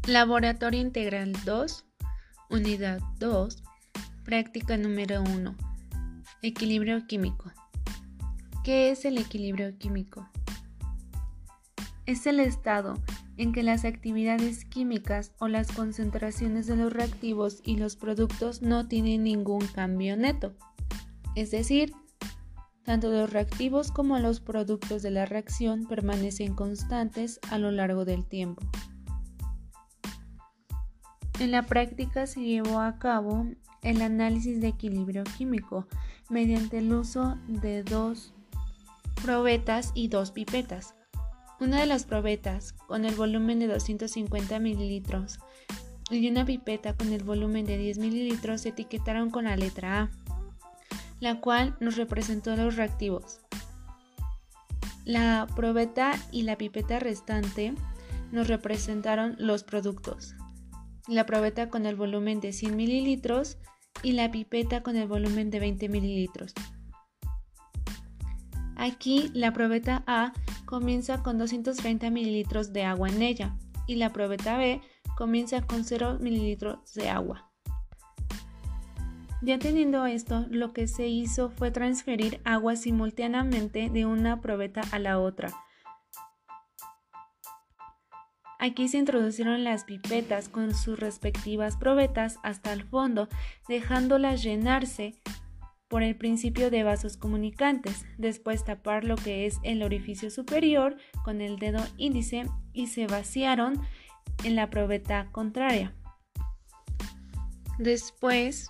Laboratorio Integral 2, Unidad 2, Práctica número 1. Equilibrio químico. ¿Qué es el equilibrio químico? Es el estado en que las actividades químicas o las concentraciones de los reactivos y los productos no tienen ningún cambio neto. Es decir, tanto los reactivos como los productos de la reacción permanecen constantes a lo largo del tiempo. En la práctica se llevó a cabo el análisis de equilibrio químico mediante el uso de 2 probetas y 2 pipetas. Una de las probetas con el volumen de 250 mililitros y una pipeta con el volumen de 10 mililitros se etiquetaron con la letra A, la cual nos representó los reactivos. La probeta y la pipeta restante nos representaron los productos. La probeta con el volumen de 100 mililitros y la pipeta con el volumen de 20 mililitros. Aquí la probeta A comienza con 230 mililitros de agua en ella y la probeta B comienza con 0 mililitros de agua. Ya teniendo esto, lo que se hizo fue transferir agua simultáneamente de una probeta a la otra. Aquí se introducieron las pipetas con sus respectivas probetas hasta el fondo, dejándolas llenarse por el principio de vasos comunicantes. Después tapar lo que es el orificio superior con el dedo índice y se vaciaron en la probeta contraria. Después,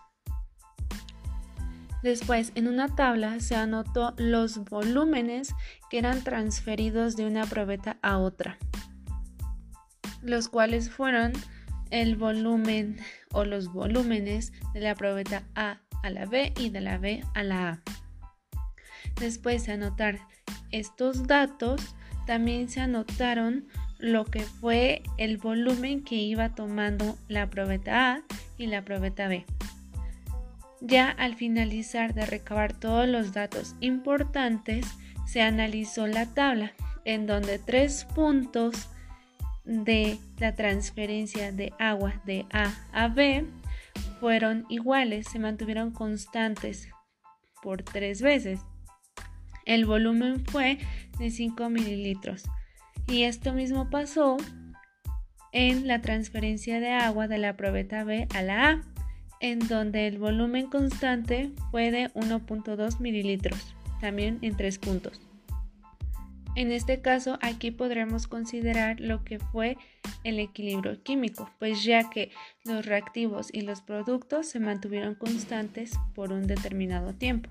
en una tabla se anotó los volúmenes que eran transferidos de una probeta a otra, los cuales fueron el volumen o los volúmenes de la probeta A a la B y de la B a la A. Después de anotar estos datos, también se anotaron lo que fue el volumen que iba tomando la probeta A y la probeta B. Ya al finalizar de recabar todos los datos importantes, se analizó la tabla, en donde 3 puntos de la transferencia de agua de A a B fueron iguales, se mantuvieron constantes por 3 veces. El volumen fue de 5 mililitros y esto mismo pasó en la transferencia de agua de la probeta B a la A, en donde el volumen constante fue de 1.2 mililitros, también en 3 puntos. En este caso, aquí podremos considerar lo que fue el equilibrio químico, pues ya que los reactivos y los productos se mantuvieron constantes por un determinado tiempo.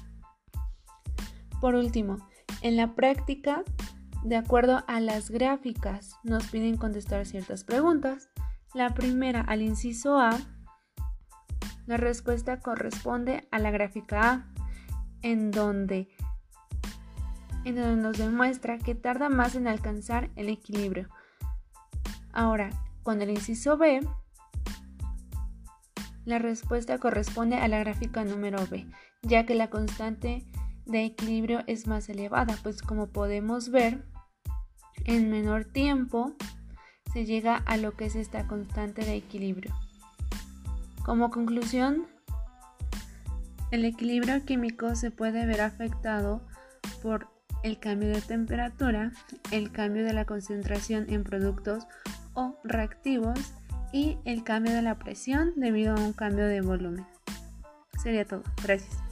Por último, en la práctica, de acuerdo a las gráficas, nos piden contestar ciertas preguntas. La primera, al inciso A, la respuesta corresponde a la gráfica A, en donde nos demuestra que tarda más en alcanzar el equilibrio. Ahora, con el inciso B, la respuesta corresponde a la gráfica número B, ya que la constante de equilibrio es más elevada, pues como podemos ver, en menor tiempo se llega a lo que es esta constante de equilibrio. Como conclusión, el equilibrio químico se puede ver afectado por el cambio de temperatura, el cambio de la concentración en productos o reactivos y el cambio de la presión debido a un cambio de volumen. Sería todo. Gracias.